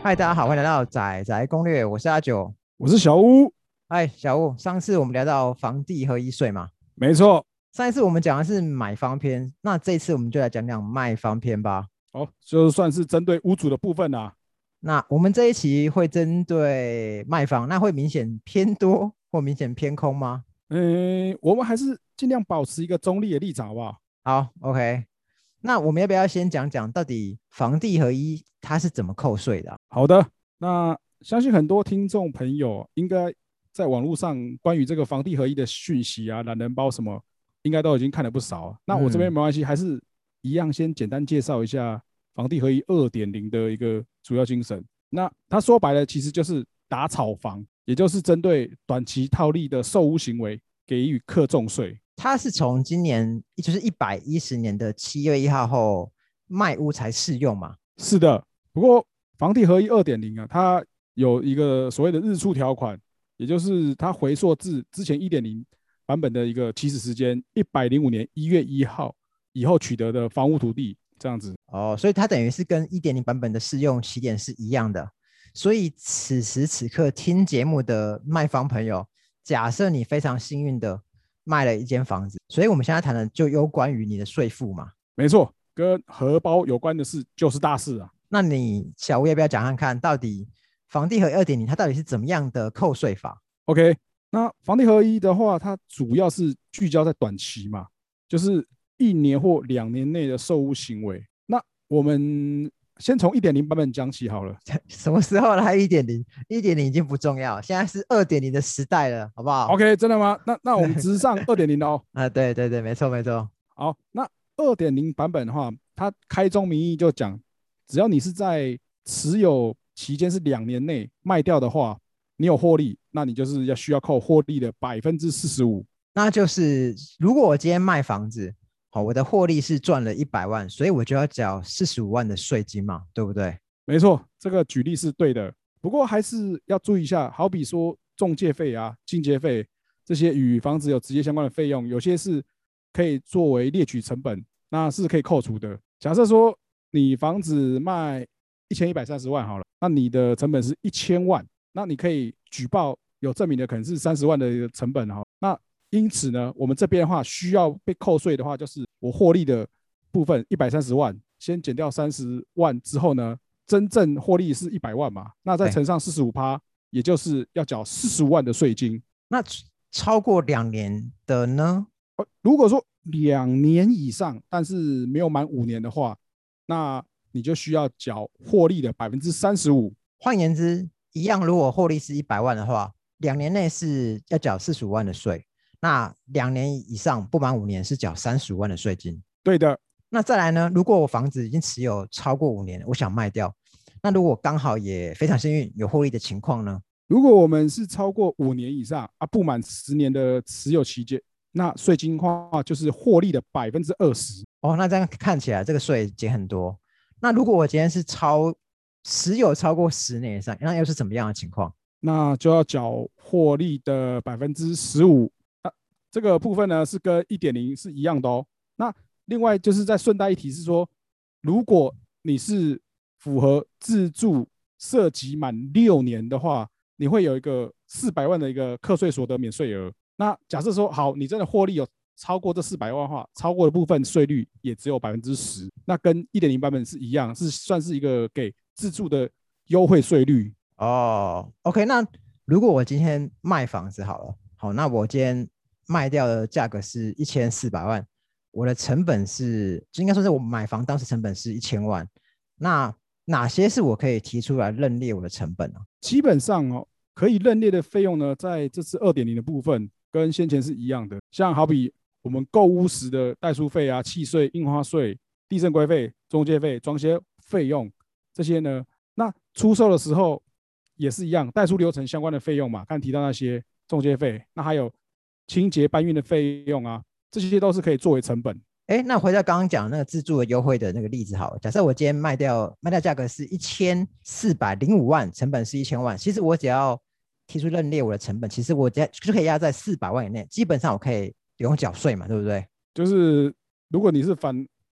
嗨，大家好，欢迎来到仔仔攻略，我是阿九。 我是小屋。 嗨，小吴，上次我们聊到房地合一税嘛， 没错。 上一次我们讲的是买方篇，那这一次我们就来讲讲卖方篇吧。 哦，就算是针对屋主的部分啦。 那我们这一期会针对卖方，那会明显偏多或明显偏空吗？ 我们还是尽量保持一个中立的立场，好不好？ 好，OK。那我们要不要先讲讲到底房地合一它是怎么扣税的啊？ 好的。那相信很多听众朋友应该在网络上关于这个房地合一的讯息啊、懒人包什么，应该都已经看了不少啊。那我这边嗯， 没关系，还是一样先简单介绍一下房地合一2.0的一个主要精神。那它说白了，其实就是打炒房，也就是针对短期套利的售屋行为给予课重税。 它是从今年就是110年的7月1号后卖屋才适用嘛？ 是的。不过房地合一2.0啊，它有一个所谓的日出条款，也就是它回溯至之前1.0版本的一个起始时间105年1月1号以后取得的房屋土地，这样子。 哦，所以它等于是跟1.0版本的适用起点是一样的。所以此时此刻听节目的卖方朋友，假设你非常幸运的卖了一间房子，所以我们现在谈的就有关于你的税负嘛。 没错，跟荷包有关的事就是大事啊。 那你小吴要不要讲看看，到底房地合2.0它到底是怎么样的扣税法？ OK。那房地合一的话，它主要是聚焦在短期嘛，就是1年或2年内的售屋行为。那我们先从1.0版本讲起好了。 什么时候来1.0？1.0已经不重要，现在是2.0的时代了，好不好？ OK，真的吗？那我们直上2.0哦。 啊，对对对，没错没错。 好，那2.0版本的话，它开宗明义就讲，只要你是在持有期间是2年内卖掉的话，你有获利，那你就是需要扣获利的45%。 那就是如果我今天卖房子，好，我的获利是赚了100万，所以我就要缴45万的税金嘛，对不对？ 没错，这个举例是对的。不过还是要注意一下，好比说中介费啊、清洁费这些与房子有直接相关的费用，有些是可以作为列举成本，那是可以扣除的。假设说你房子卖1130万好了，那你的成本是1000万，那你可以举报有证明的可能是30万的一个成本哈。那因此呢，我们这边的话需要被扣税的话，就是我获利的部分130万，先减掉30万之后呢，真正获利是100万嘛，那再对， 乘上45%，也就是要缴45万的税金。 那超过2年的呢？ 如果说2年以上，但是没有满5年的话，那你就需要缴获利的35%。 换言之，一样，如果获利是100万的话，2年内是要缴45万的税，那2年以上不满5年是缴35万的税金。 对的。 那再来呢？如果我房子已经持有超过5年，我想卖掉，那如果刚好也非常幸运有获利的情况呢？ 如果我们是超过5年以上啊，不满10年的持有期间，那税金的话就是获利的20%。 哦，那这样看起来这个税减很多。那如果我今天是持有超过10年以上，那又是怎么样的情况？ 那就要缴获利的15%。那这个部分呢是跟1.0是一样的哦。那另外就是再顺带一提是说，如果你是符合自住涉及满6年的话，你会有一个400万的一个课税所得免税额。那假设说好，你真的获利有超过这400万的话，超过的部分税率也只有10%。那跟1.0版本是一样，是算是一个给自住的优惠税率。 哦，OK，那如果我今天卖房子好了，好，那我今天卖掉的价格是1400万，我的成本是，就应该说是我买房当时成本是1000万，那哪些是我可以提出来认列我的成本呢？ 基本上哦，可以认列的费用呢，在这次2.0的部分跟先前是一样的。像好比我们购屋时的代书费啊、契税、印花税、地震规费、中介费、装修费用这些呢，那出售的时候也是一样，代书流程相关的费用嘛，刚提到那些中介费，那还有清洁搬运的费用啊，这些都是可以作为成本。 哎，那回到刚刚讲那个自住的优惠的那个例子好了，假设我今天卖掉价格是1405万，成本是1000万，其实我只要提出认列我的成本，其实我就可以压在400万以内，基本上我可以不用缴税嘛，对不对？ 就是如果你是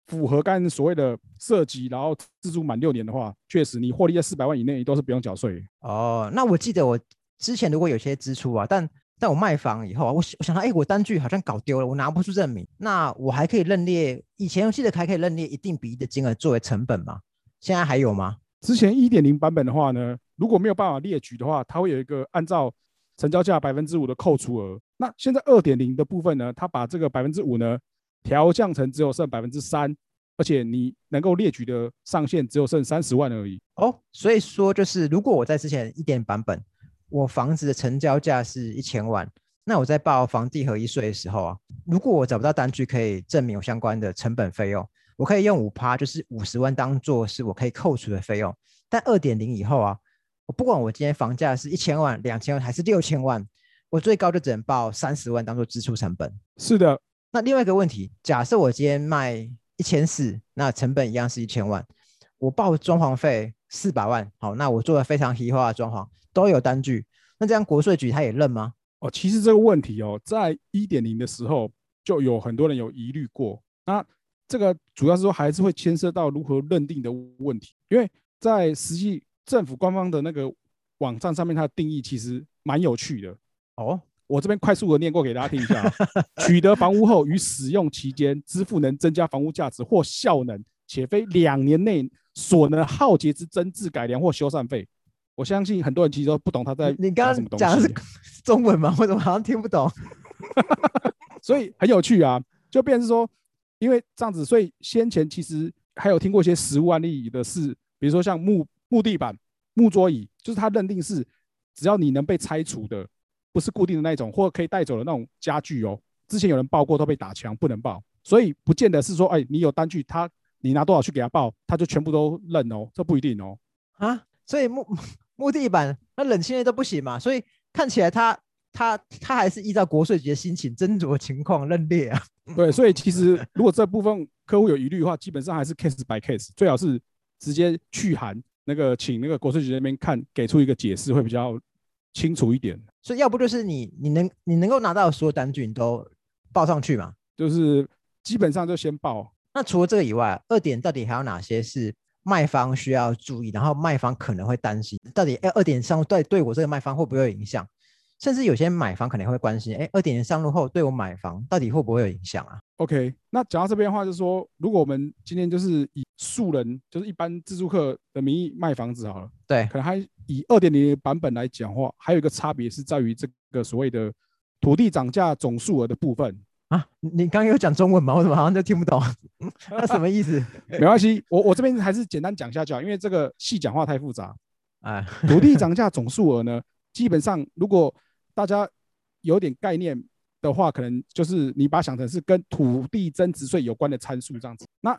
符合刚才所谓的设计，然后自住满6年的话，确实你获利在400万以内都是不用缴税。 哦，那我记得我之前如果有些支出啊，但我卖房以后啊，我想到，哎，我单据好像搞丢了，我拿不出证明，那我还可以认列，以前我记得还可以认列一定比例的金额作为成本嘛，现在还有吗？ 之前1.0版本的话呢，如果没有办法列举的话，它会有一个按照成交价5%的扣除额。那现在2.0的部分呢，它把这个5%呢调降成只有剩3%，而且你能够列举的上限只有剩30万而已。 哦，所以说就是如果我在之前1.0版本，我房子的成交价是1000万，那我在报房地合一税的时候啊，如果我找不到单据可以证明有相关的成本费用，我可以用5%，就是50万当做是我可以扣除的费用。但2.0以后啊，我不管我今天房价是1000万、2000万还是6000万，我最高就只能报30万当做支出成本。 是的， 那另外一个问题，假设我今天卖1400，那成本一样是1000万，我报装潢费400万，好，那我做了非常稀化的装潢，都有单据，那这样国税局他也认吗？ 哦，其实这个问题哦，在1.0的时候就有很多人有疑虑过。那这个主要是说还是会牵涉到如何认定的问题，因为在实际政府官方的那个网站上面，它的定义其实蛮有趣的。 哦， 我这边快速的念过给大家听一下、哦：取得房屋后于使用期间支付能增加房屋价值或效能，且非2年内所能耗竭之增置改良或修缮费。我相信很多人其实都不懂他在你刚讲什么东刚讲的是西， 中文吗？我怎么好像听不懂？ 所以很有趣啊。就变成是说，因为这样子，所以先前其实还有听过一些实物案例的是，比如说像木地板、木桌椅，就是他认定是只要你能被拆除的，不是固定的那种，或可以带走的那种家具哦。之前有人报过都被打枪，不能报，所以不见得是说，哎，你有单据，你拿多少去给他报，他就全部都认哦，这不一定哦。 啊，所以木地板那冷气类都不行嘛，所以看起来他还是依照国税局的心情斟酌情况认列啊。 对，所以其实如果这部分客户有疑虑的话，基本上还是 case by case， 最好是直接去函请那个国税局那边看，给出一个解释会比较清楚一点。 所以要不就是你能够拿到的所有单据你都报上去嘛？ 就是基本上就先报。 那除了这个以外，2点到底还有哪些是卖方需要注意，然后卖方可能会担心，到底2点上路对我这个卖方会不会有影响？甚至有些买房可能会关心，2.0上路后对我买房到底会不会有影响啊？ OK， 那讲到这边的话，就是说，如果我们今天就是以素人，就是一般自住客的名义卖房子好了， 对， 可能还以2.0版本来讲话，还有一个差别是在于这个所谓的土地涨价总数额的部分啊。你刚刚有讲中文吗？我怎么好像就听不懂？那什么意思？ 没关系，我这边还是简单讲一下就好，因为这个细讲话太复杂。 哎， 土地涨价总数额呢，基本上如果大家有点概念的话，可能就是你把它想成是跟土地增值税有关的参数这样子。那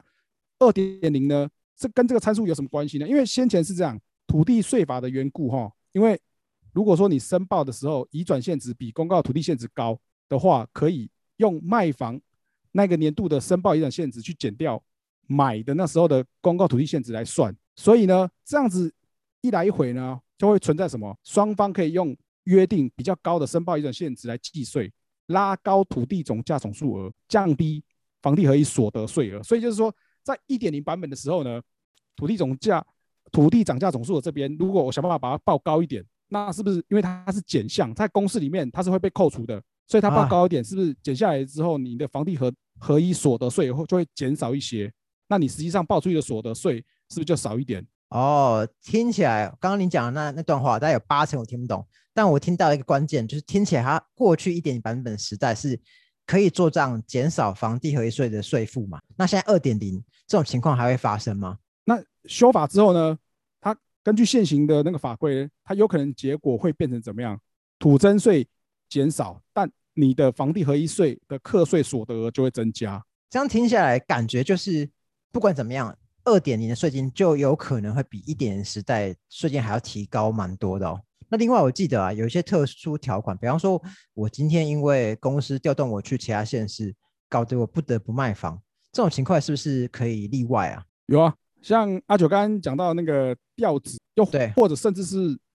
2.0呢，这跟这个参数有什么关系呢？因为先前是这样，土地税法的缘故哈，因为如果说你申报的时候移转现值比公告土地现值高的话，可以用卖房那个年度的申报移转现值去减掉买的那时候的公告土地现值来算。所以呢，这样子一来一回呢，就会存在什么？双方可以用约定比较高的申报移转现值来计税，拉高土地总价总数额，降低房地合一所得税额。所以就是说，在1.0版本的时候呢，土地涨价总数额这边，如果我想办法把它报高一点，那是不是因为它是减项，在公式里面它是会被扣除的，所以它报高一点，是不是减下来之后，你的房地合一所得税就会减少一些？那你实际上报出去的所得税是不是就少一点？ 哦，听起来刚刚你讲的那段话，大概有8成我听不懂，但我听到一个关键，就是听起来它过去1.0版本时代是可以做这样减少房地合一税的税负嘛？那现在2.0这种情况还会发生吗？ 那修法之后呢，它根据现行的那个法规，它有可能结果会变成怎么样？土增税减少，但你的房地合一税的课税所得额就会增加。 这样听下来，感觉就是不管怎么样，2.0的税金就有可能会比1.0时代税金还要提高蛮多的哦。那另外我记得啊，有一些特殊条款，比方说我今天因为公司调动我去其他县市，搞得我不得不卖房，这种情况是不是可以例外啊？ 有啊，像阿九刚刚讲到那个调职，又对， 或者甚至是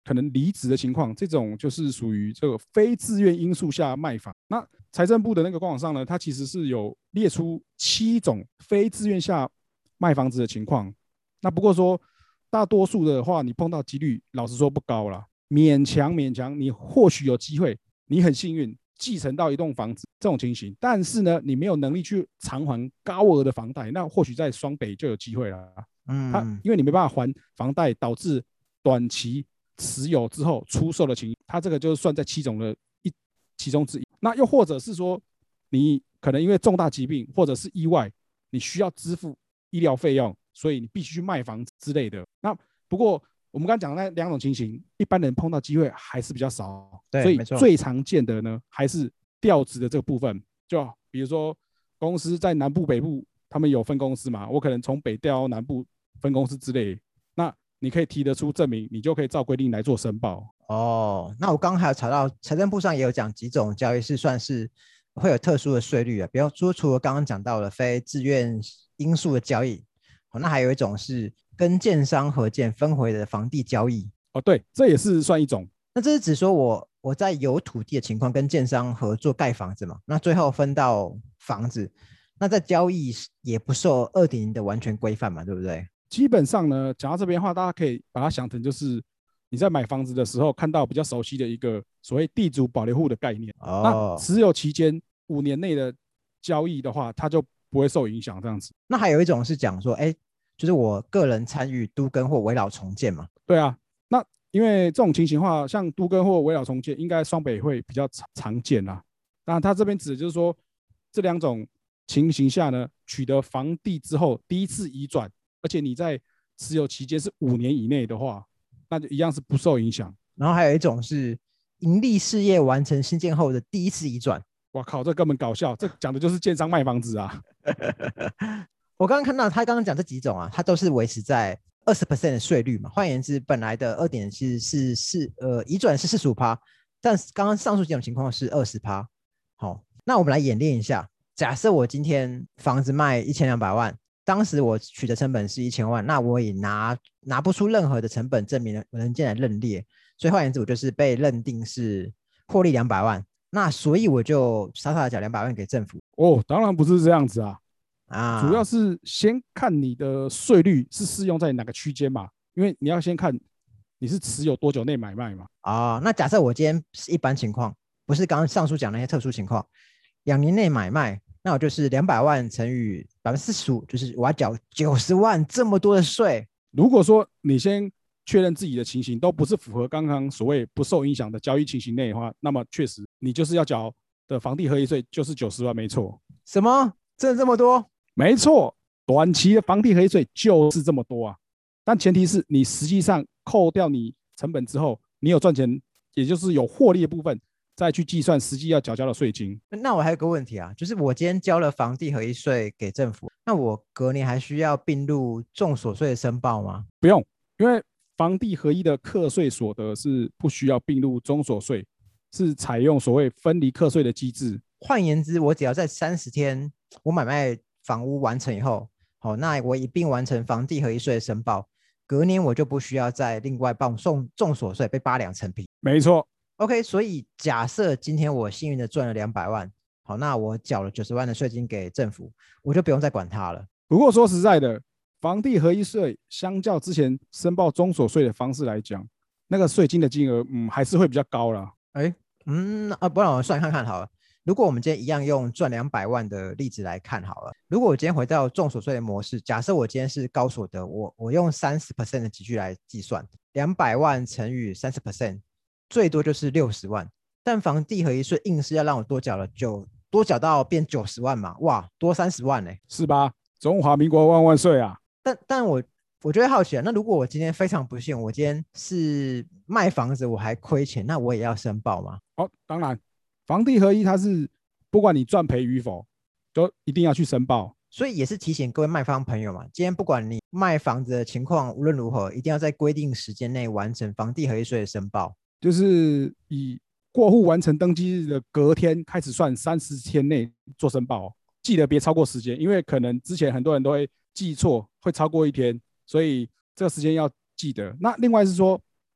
可能离职的情况，这种就是属于这个非自愿因素下卖房。那财政部的那个官网上呢，它其实是有列出7种非自愿下卖房子的情况。那不过说大多数的话，你碰到几率老实说不高啦，勉强你或许有机会，你很幸运继承到一栋房子这种情形，但是呢，你没有能力去偿还高额的房贷，那或许在双北就有机会了。因为你没办法还房贷，导致短期持有之后出售的情形，它这个就算在7种的其中之一。那又或者是说，你可能因为重大疾病或者是意外，你需要支付医疗费用，所以你必须去卖房子之类的。那不过我们刚刚讲的那2种情形，一般人碰到机会还是比较少，所以最常见的呢还是调职的这个部分。就比如说公司在南部、北部，他们有分公司嘛，我可能从北调南部分公司之类，那你可以提得出证明，你就可以照规定来做申报。 那我刚刚还有查到财政部上也有讲几种交易是算是会有特殊的税率啊，比方说除了刚刚讲到的非自愿因素的交易，那还有一种是跟建商合建分回的房地交易。 对，这也是算一种。 那这是指说我在有土地的情况跟建商合作盖房子嘛，那最后分到房子，那在交易也不受2.0的完全规范嘛，对不对？ 基本上呢，讲到这边的话，大家可以把它想成就是你在买房子的时候看到比较熟悉的一个所谓地主保留户的概念。那持有期间5年内的交易的话，它就不会受影响这样子。 那还有一种是讲说，就是我个人参与都更或危老重建嘛。 对啊，那因为这种情形的话，像都更或危老重建，应该双北会比较常见啦。那它这边指的就是说，这2种情形下呢，取得房地之后第一次移转，而且你在持有期间是5年以内的话，那就一样是不受影响。 然后还有一种是盈利事业完成新建后的第一次移转。 哇靠，这根本搞笑，这讲的就是建商卖房子啊。 我刚刚看到他刚刚讲这几种啊，它都是维持在20% 的税率嘛。换言之，本来的2.0其实是移转是45%，但刚刚上述几种情况是20%。好，那我们来演练一下。假设我今天房子卖1200万，当时我取得成本是1000万，那我也拿不出任何的成本证明文件来认列，所以换言之，我就是被认定是获利200万。那所以我就傻傻的缴200万给政府。 当然不是这样子啊。主要是先看你的税率是适用在哪个区间嘛，因为你要先看你是持有多久内买卖嘛。 那假设我今天是一般情况，不是刚刚上述讲那些特殊情况，2年内买卖，那我就是200万乘以45%，就是我要缴90万，这么多的税。 如果说你先确认自己的情形都不是符合刚刚所谓不受影响的交易情形内的话，那么确实你就是要缴的房地合一税就是90万，没错。 什么？真的这么多？ 没错，短期的房地合一税就是这么多啊。但前提是你实际上扣掉你成本之后，你有赚钱，也就是有获利的部分，再去计算实际要缴交的税金。 那我还有个问题啊，就是我今天交了房地合一税给政府，那我隔年还需要并入综所税的申报吗？ 不用，因为房地合一的课税所得是不需要并入综所税，是采用所谓分离课税的机制。 换言之，我只要在30天我买卖房屋完成以后，那我一并完成房地合一税的申报，隔年我就不需要再另外报综所税被8两成皮。 没错。 OK， 所以假设今天我幸运的赚了200万，好，那我缴了90万的税金给政府，我就不用再管它了。 不过说实在的，房地合一税相较之前申报综所税的方式来讲，那个税金的金额还是会比较高啦。 不然我算看看好了。如果我们今天一样用赚200万的例子来看好了，如果我今天回到综所税的模式，假设我今天是高所得，我用30% 的集聚来计算，200万乘以30%，最多就是60万。但房地合一税硬是要让我多缴到变90万嘛，哇，多30万呢， 是吧？中华民国万万岁啊！ 但我就会好奇啊，那如果我今天非常不幸，我今天是卖房子我还亏钱，那我也要申报吗？ 当然，房地合一它是不管你赚赔与否，都一定要去申报。 所以也是提醒各位卖方朋友嘛，今天不管你卖房子的情况无论如何，一定要在规定时间内完成房地合一税的申报， 就是以过户完成登记日的隔天开始算30天内做申报，记得别超过时间，因为可能之前很多人都会记错，会超过1天，所以这个时间要记得。那另外是说，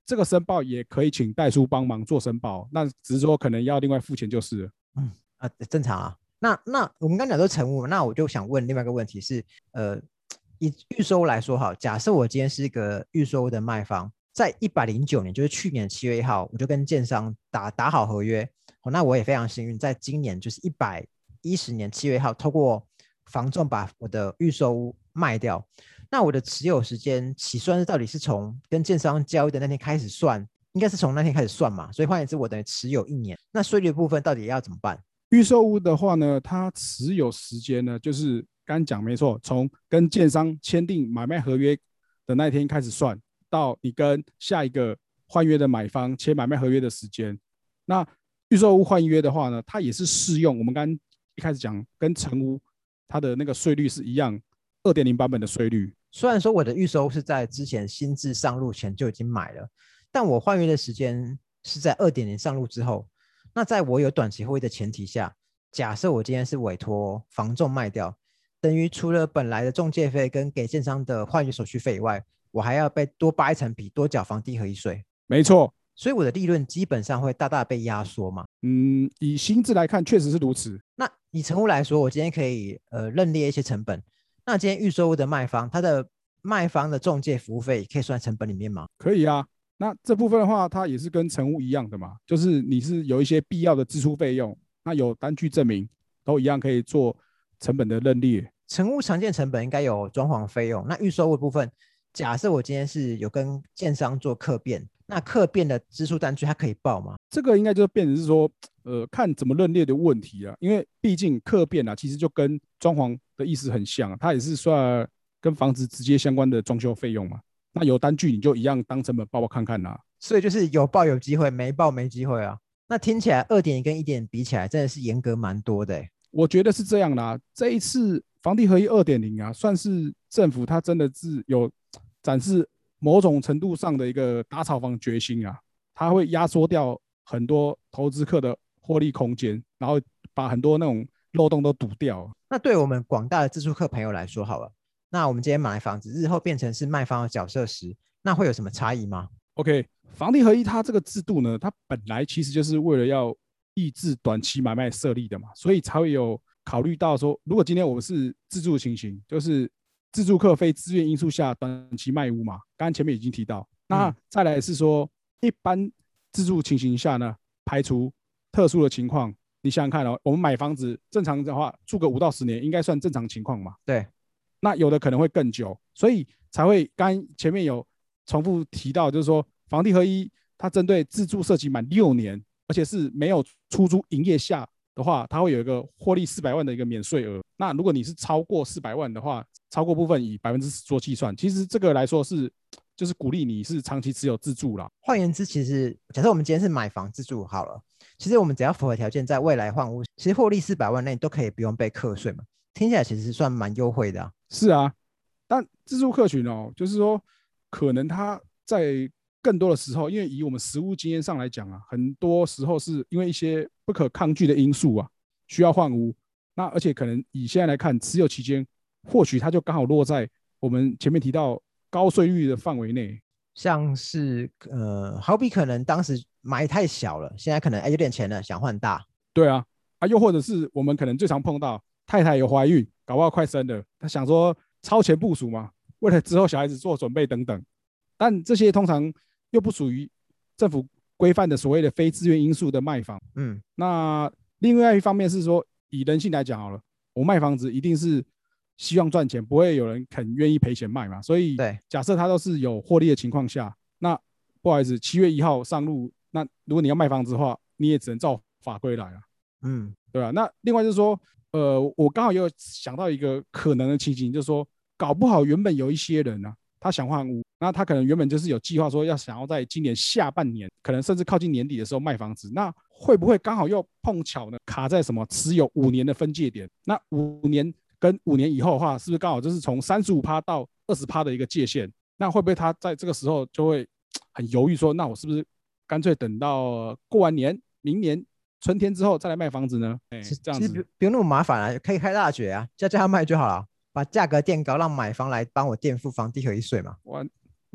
这个申报也可以请代书帮忙做申报，那只是说可能要另外付钱就是了。 正常啊。那我们刚讲都成屋，那我就想问另外一个问题是，以预售屋来说好，假设我今天是一个预售屋的卖方，在109年，就是去年7月1号，我就跟建商打好合约，那我也非常幸运，在今年就是110年7月1号，透过房仲把我的预售屋卖掉。那我的持有时间起算是到底是从跟建商交易的那天开始算，应该是从那天开始算嘛？所以换言之，我等于持有1年。那税率的部分到底要怎么办？ 预售屋的话呢，它持有时间呢，就是刚讲没错，从跟建商签订买卖合约的那天开始算，到你跟下一个换约的买方签买卖合约的时间。那预售屋换约的话呢，它也是适用我们刚一开始讲跟成屋它的那个税率是一样，2.0版本的税率。 虽然说我的预售是在之前新制上路前就已经买了，但我换约的时间是在2.0上路之后。那在我有短期获益的前提下，假设我今天是委托房仲卖掉，等于除了本来的中介费跟给建商的换约手续费以外，我还要被多扒一层皮，多缴房地合一税。 没错， 所以我的利润基本上会大大被压缩嘛。 以新制来看，确实是如此。 那以成屋来说，我今天可以认列一些成本。那今天预售屋的卖方，他的卖方的中介服务费可以算成本里面吗？ 可以啊。那这部分的话，它也是跟成屋一样的嘛，就是你是有一些必要的支出费用，那有单据证明，都一样可以做成本的认列。 成屋常见成本应该有装潢费用，那预售屋的部分，假设我今天是有跟建商做客变，那客变的支出单据它可以报吗？ 这个应该就变成是说，看怎么认列的问题啊，因为毕竟客变啊，其实就跟装潢的意思很像啊，它也是算跟房子直接相关的装修费用嘛。那有单据你就一样当成本报看看啦。 所以就是有报有机会，没报没机会啊。那听起来2.0跟1.0比起来，真的是严格蛮多的欸。 我觉得是这样啦。这一次房地合一2.0啊，算是政府它真的是有展示某种程度上的一个打炒房决心啊，它会压缩掉很多投资客的获利空间，然后把很多那种漏洞都堵掉。 那对我们广大的自住客朋友来说好了，那我们今天买房子，日后变成是卖方的角色时，那会有什么差异吗？ OK， 房地合一它这个制度呢，它本来其实就是为了要抑制短期买卖设立的嘛，所以才会有考虑到说，如果今天我们是自住的情形，就是自住客非自愿因素下短期卖屋嘛，刚刚前面已经提到。那再来是说，一般自住情形下呢，排除特殊的情况，你想想看哦，我们买房子正常的话住个5到10年，应该算正常情况嘛。 对， 那有的可能会更久，所以才会刚前面有重复提到，就是说房地合一它针对自住设籍满6年，而且是没有出租营业下的话，它会有一个获利400万的一个免税额。那如果你是超过400万的话，超过部分以10%做计算，其实这个来说是就是鼓励你是长期持有自住啦。 换言之，其实假设我们今天是买房自住好了，其实我们只要符合条件，在未来换屋，其实获利400万内都可以不用被课税嘛。听起来其实算蛮优惠的啊。 是啊，但自住客群哦，就是说可能他在更多的时候，因为以我们实务经验上来讲啊，很多时候是因为一些不可抗拒的因素啊，需要换屋。那而且可能以现在来看，持有期间或许它就刚好落在我们前面提到高税率的范围内。 像是好比可能当时买太小了，现在可能有点钱了，想换大。 对啊，又或者是我们可能最常碰到太太有怀孕，搞不好快生了，他想说超前部署嘛，为了之后小孩子做准备等等。但这些通常又不属于政府规范的所谓的非自愿因素的卖房。那另外一方面是说，以人性来讲好了，我卖房子一定是希望赚钱，不会有人肯愿意赔钱卖嘛。所以假设他都是有获利的情况下，那不好意思，7月1号上路，那如果你要卖房子的话，你也只能照法规来啊。对吧？那另外就是说，我刚好也有想到一个可能的情形，就是说，搞不好原本有一些人啊，他想换屋，那他可能原本就是有计划说想要在今年下半年，可能甚至靠近年底的时候卖房子，那会不会刚好又碰巧呢，卡在什么持有5年的分界点？那5年跟5年以后的话，是不是刚好就是从35%到20%的一个界限？那会不会他在这个时候就会很犹豫说，那我是不是干脆等到过完年，明年春天之后再来卖房子呢？这样子其实不用那么麻烦啊，可以开大绝啊，叫他卖就好了，把价格垫高，让买方来帮我垫付房地合一税嘛。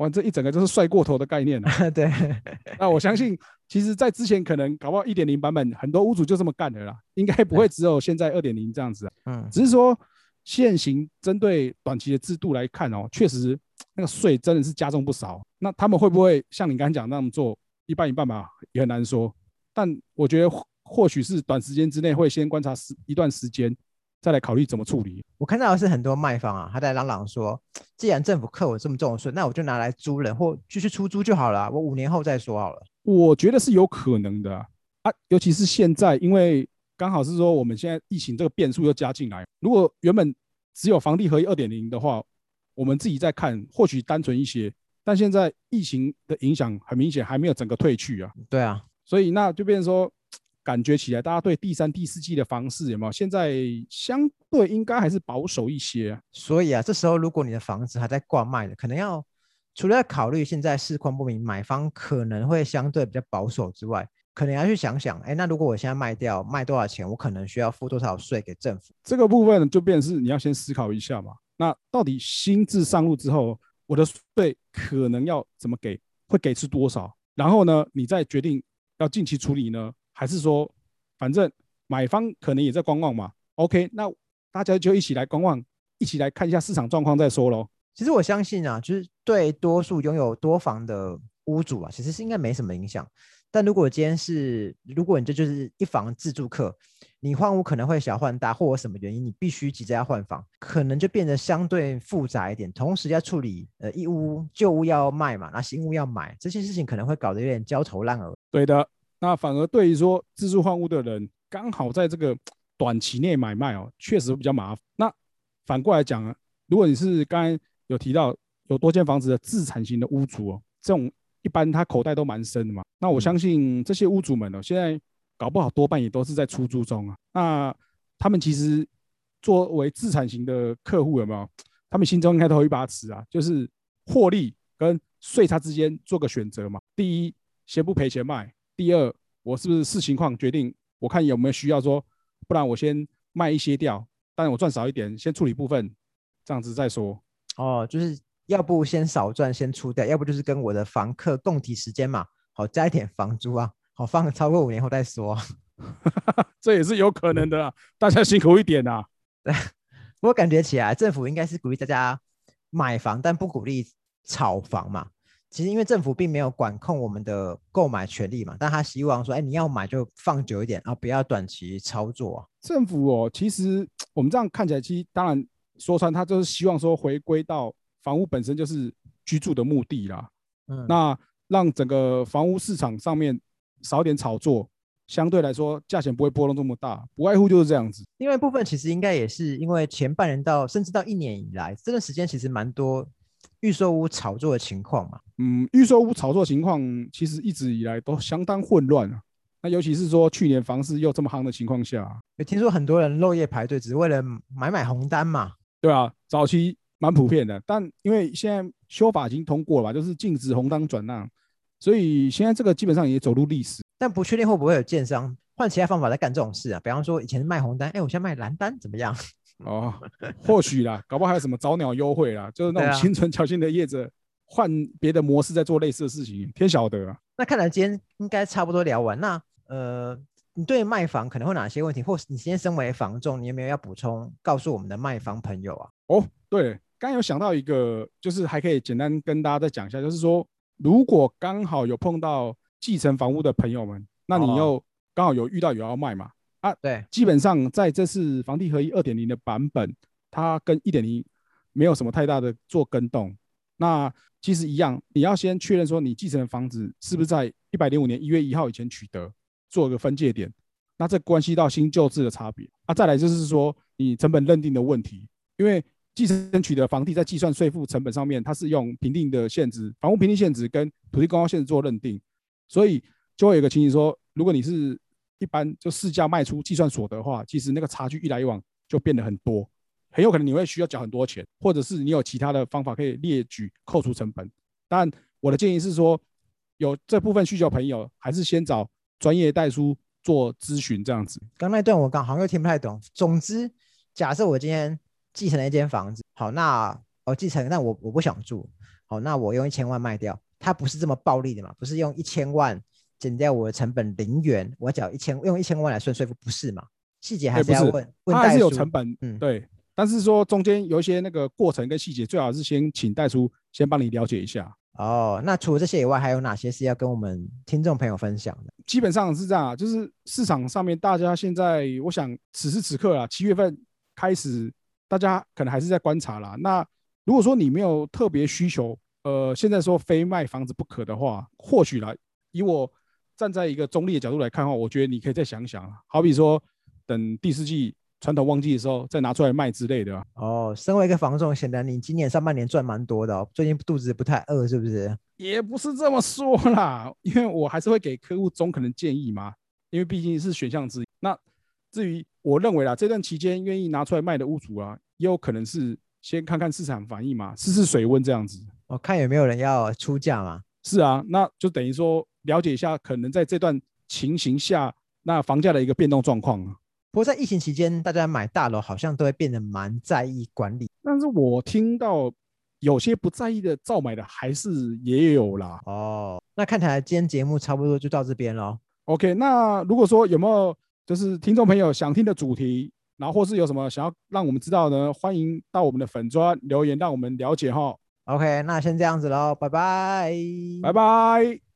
哇，这一整个就是帅过头的概念啊。 对， 那我相信，其实在之前可能搞不好 1.0 版本很多屋主就这么干的啦，应该不会只有现在2.0这样子啊。只是说现行针对短期的制度来看哦，确实那个税真的是加重不少。那他们会不会像你刚才讲那样做一半一半吧，也很难说。但我觉得或许是短时间之内会先观察一段时间，再来考虑怎么处理。 我看到的是很多卖方啊，他在嚷嚷说，既然政府课我这么重的税，那我就拿来租人或继续出租就好了，我5年后再说好了。 我觉得是有可能的啊，尤其是现在，因为刚好是说我们现在疫情这个变数又加进来，如果原本只有房地合一2.0的话，我们自己在看或许单纯一些，但现在疫情的影响很明显还没有整个退去啊。 对啊， 所以那就变成说，感觉起来大家对第3、第4季的房市有没有现在相对应该还是保守一些啊。 所以啊，这时候如果你的房子还在挂卖的，可能要除了要考虑现在市况不明，买方可能会相对比较保守之外，可能要去想想，哎，那如果我现在卖掉，卖多少钱，我可能需要付多少税给政府？ 这个部分就变成是你要先思考一下嘛。那到底新制上路之后，我的税可能要怎么给，会给出多少？然后呢，你再决定要近期处理呢，还是说，反正买方可能也在观望嘛。OK， 那大家就一起来观望，一起来看一下市场状况再说咯。 其实我相信啊，就是对多数拥有多房的屋主啊，其实是应该没什么影响。但如果今天是，如果你这就是一房自住客，你换屋可能会小换大，或者什么原因，你必须急着要换房，可能就变得相对复杂一点。同时要处理一屋旧屋要卖嘛，那新屋要买，这些事情可能会搞得有点焦头烂额。 对的，那反而对于说自住换屋的人，刚好在这个短期内买卖哦，确实比较麻烦。那反过来讲啊，如果你是刚才有提到有多间房子的自产型的屋主哦，这种一般他口袋都蛮深的嘛。那我相信这些屋主们哦，现在搞不好多半也都是在出租中啊。那他们其实作为自产型的客户有没有？他们心中应该都有一把尺啊，就是获利跟税差之间做个选择嘛。第一，先不赔钱卖；第二，我是不是视情况决定，我看有没有需要说，不然我先卖一些掉，但我赚少一点，先处理部分，这样子再说。 哦，就是要不先少赚先出掉，要不就是跟我的房客共体时间嘛，好加一点房租啊，好放超过5年后再说。 这也是有可能的啊，大家辛苦一点啊。 对，不过感觉起来政府应该是鼓励大家买房，但不鼓励炒房嘛。其实因为政府并没有管控我们的购买权利嘛，但他希望说，哎，你要买就放久一点啊，不要短期操作啊。 政府哦，其实我们这样看起来，其实当然说穿，他就是希望说回归到房屋本身就是居住的目的啦。那让整个房屋市场上面少点炒作，相对来说价钱不会波动这么大，不外乎就是这样子。 另外一部分其实应该也是因为前半年到甚至到1年以来，这段时间其实蛮多预售屋炒作的情况嘛。 预售屋炒作情况其实一直以来都相当混乱啊。那尤其是说去年房市又这么夯的情况下， 有听说很多人漏夜排队，只是为了买红单嘛。 对啊，早期蛮普遍的，但因为现在修法已经通过了吧，就是禁止红单转让，所以现在这个基本上也走入历史。 但不确定会不会有建商换其他方法在干这种事啊？比方说以前卖红单，哎，我现在卖蓝单怎么样？ 哦，或许啦，搞不好还有什么早鸟优惠啦，就是那种心存侥幸的业者换别的模式在做类似的事情，天晓得啊。 那看来今天应该差不多聊完。那你对卖房可能会哪些问题，或是你今天身为房仲，你有没有要补充告诉我们的卖方朋友啊？ 哦，对，刚有想到一个，就是还可以简单跟大家再讲一下，就是说，如果刚好有碰到继承房屋的朋友们，那你又刚好有遇到有要卖嘛？啊， 对， 基本上在这次房地合一2.0的版本，它跟1.0没有什么太大的做更动。那其实一样，你要先确认说你继承的房子是不是在105年1月1号以前取得，做一个分界点。那这关系到新旧制的差别啊。再来就是说你成本认定的问题，因为继承取得房地在计算税负成本上面，它是用评定的现值、房屋评定现值跟土地公告现值做认定，所以就会有一个情形说，如果你是一般就市价卖出计算所得的话，其实那个差距一来一往就变得很多，很有可能你会需要缴很多钱，或者是你有其他的方法可以列举扣除成本。但我的建议是说，有这部分需求的朋友，还是先找专业代书做咨询这样子。 刚那段我好像又听不太懂。总之，假设我今天继承了一间房子，好，那继承，但我不想住， 好，那我用1000万卖掉，它不是这么暴利的嘛？不是用1000万减掉我的成本0元，我缴用1000万来算税负，不是嘛？细节还是不是， 要问它还是有代书。 成本，对。但是说中间有一些那个过程跟细节，最好是先请代书先帮你了解一下。 哦，那除了这些以外，还有哪些是要跟我们听众朋友分享的？ 基本上是这样啊，就是市场上面大家现在，我想此时此刻啦，7月份开始，大家可能还是在观察啦。那如果说你没有特别需求，现在说非卖房子不可的话，或许啦，以我站在一个中立的角度来看的话，我觉得你可以再想想，好比说等第四季传统旺季的时候再拿出来卖之类的啊。 哦，身为一个房仲，显然你今年上半年赚蛮多的哦，最近肚子不太饿是不是？ 也不是这么说啦，因为我还是会给客户中可能建议嘛，因为毕竟是选项之一。那至于我认为啦，这段期间愿意拿出来卖的屋主啊，也有可能是先看看市场反应嘛，试试水温这样子。 我看有没有人要出价嘛？ 是啊，那就等于说了解一下，可能在这段情形下，那房价的一个变动状况啊。 不过在疫情期间，大家买大楼好像都会变得蛮在意管理。 但是我听到有些不在意的照买的还是也有啦。 哦，那看起来今天节目差不多就到这边咯。 OK，那如果说有没有就是听众朋友想听的主题，然后或是有什么想要让我们知道呢？欢迎到我们的粉专留言，让我们了解哈。 OK，那先这样子喽，拜拜。 拜拜。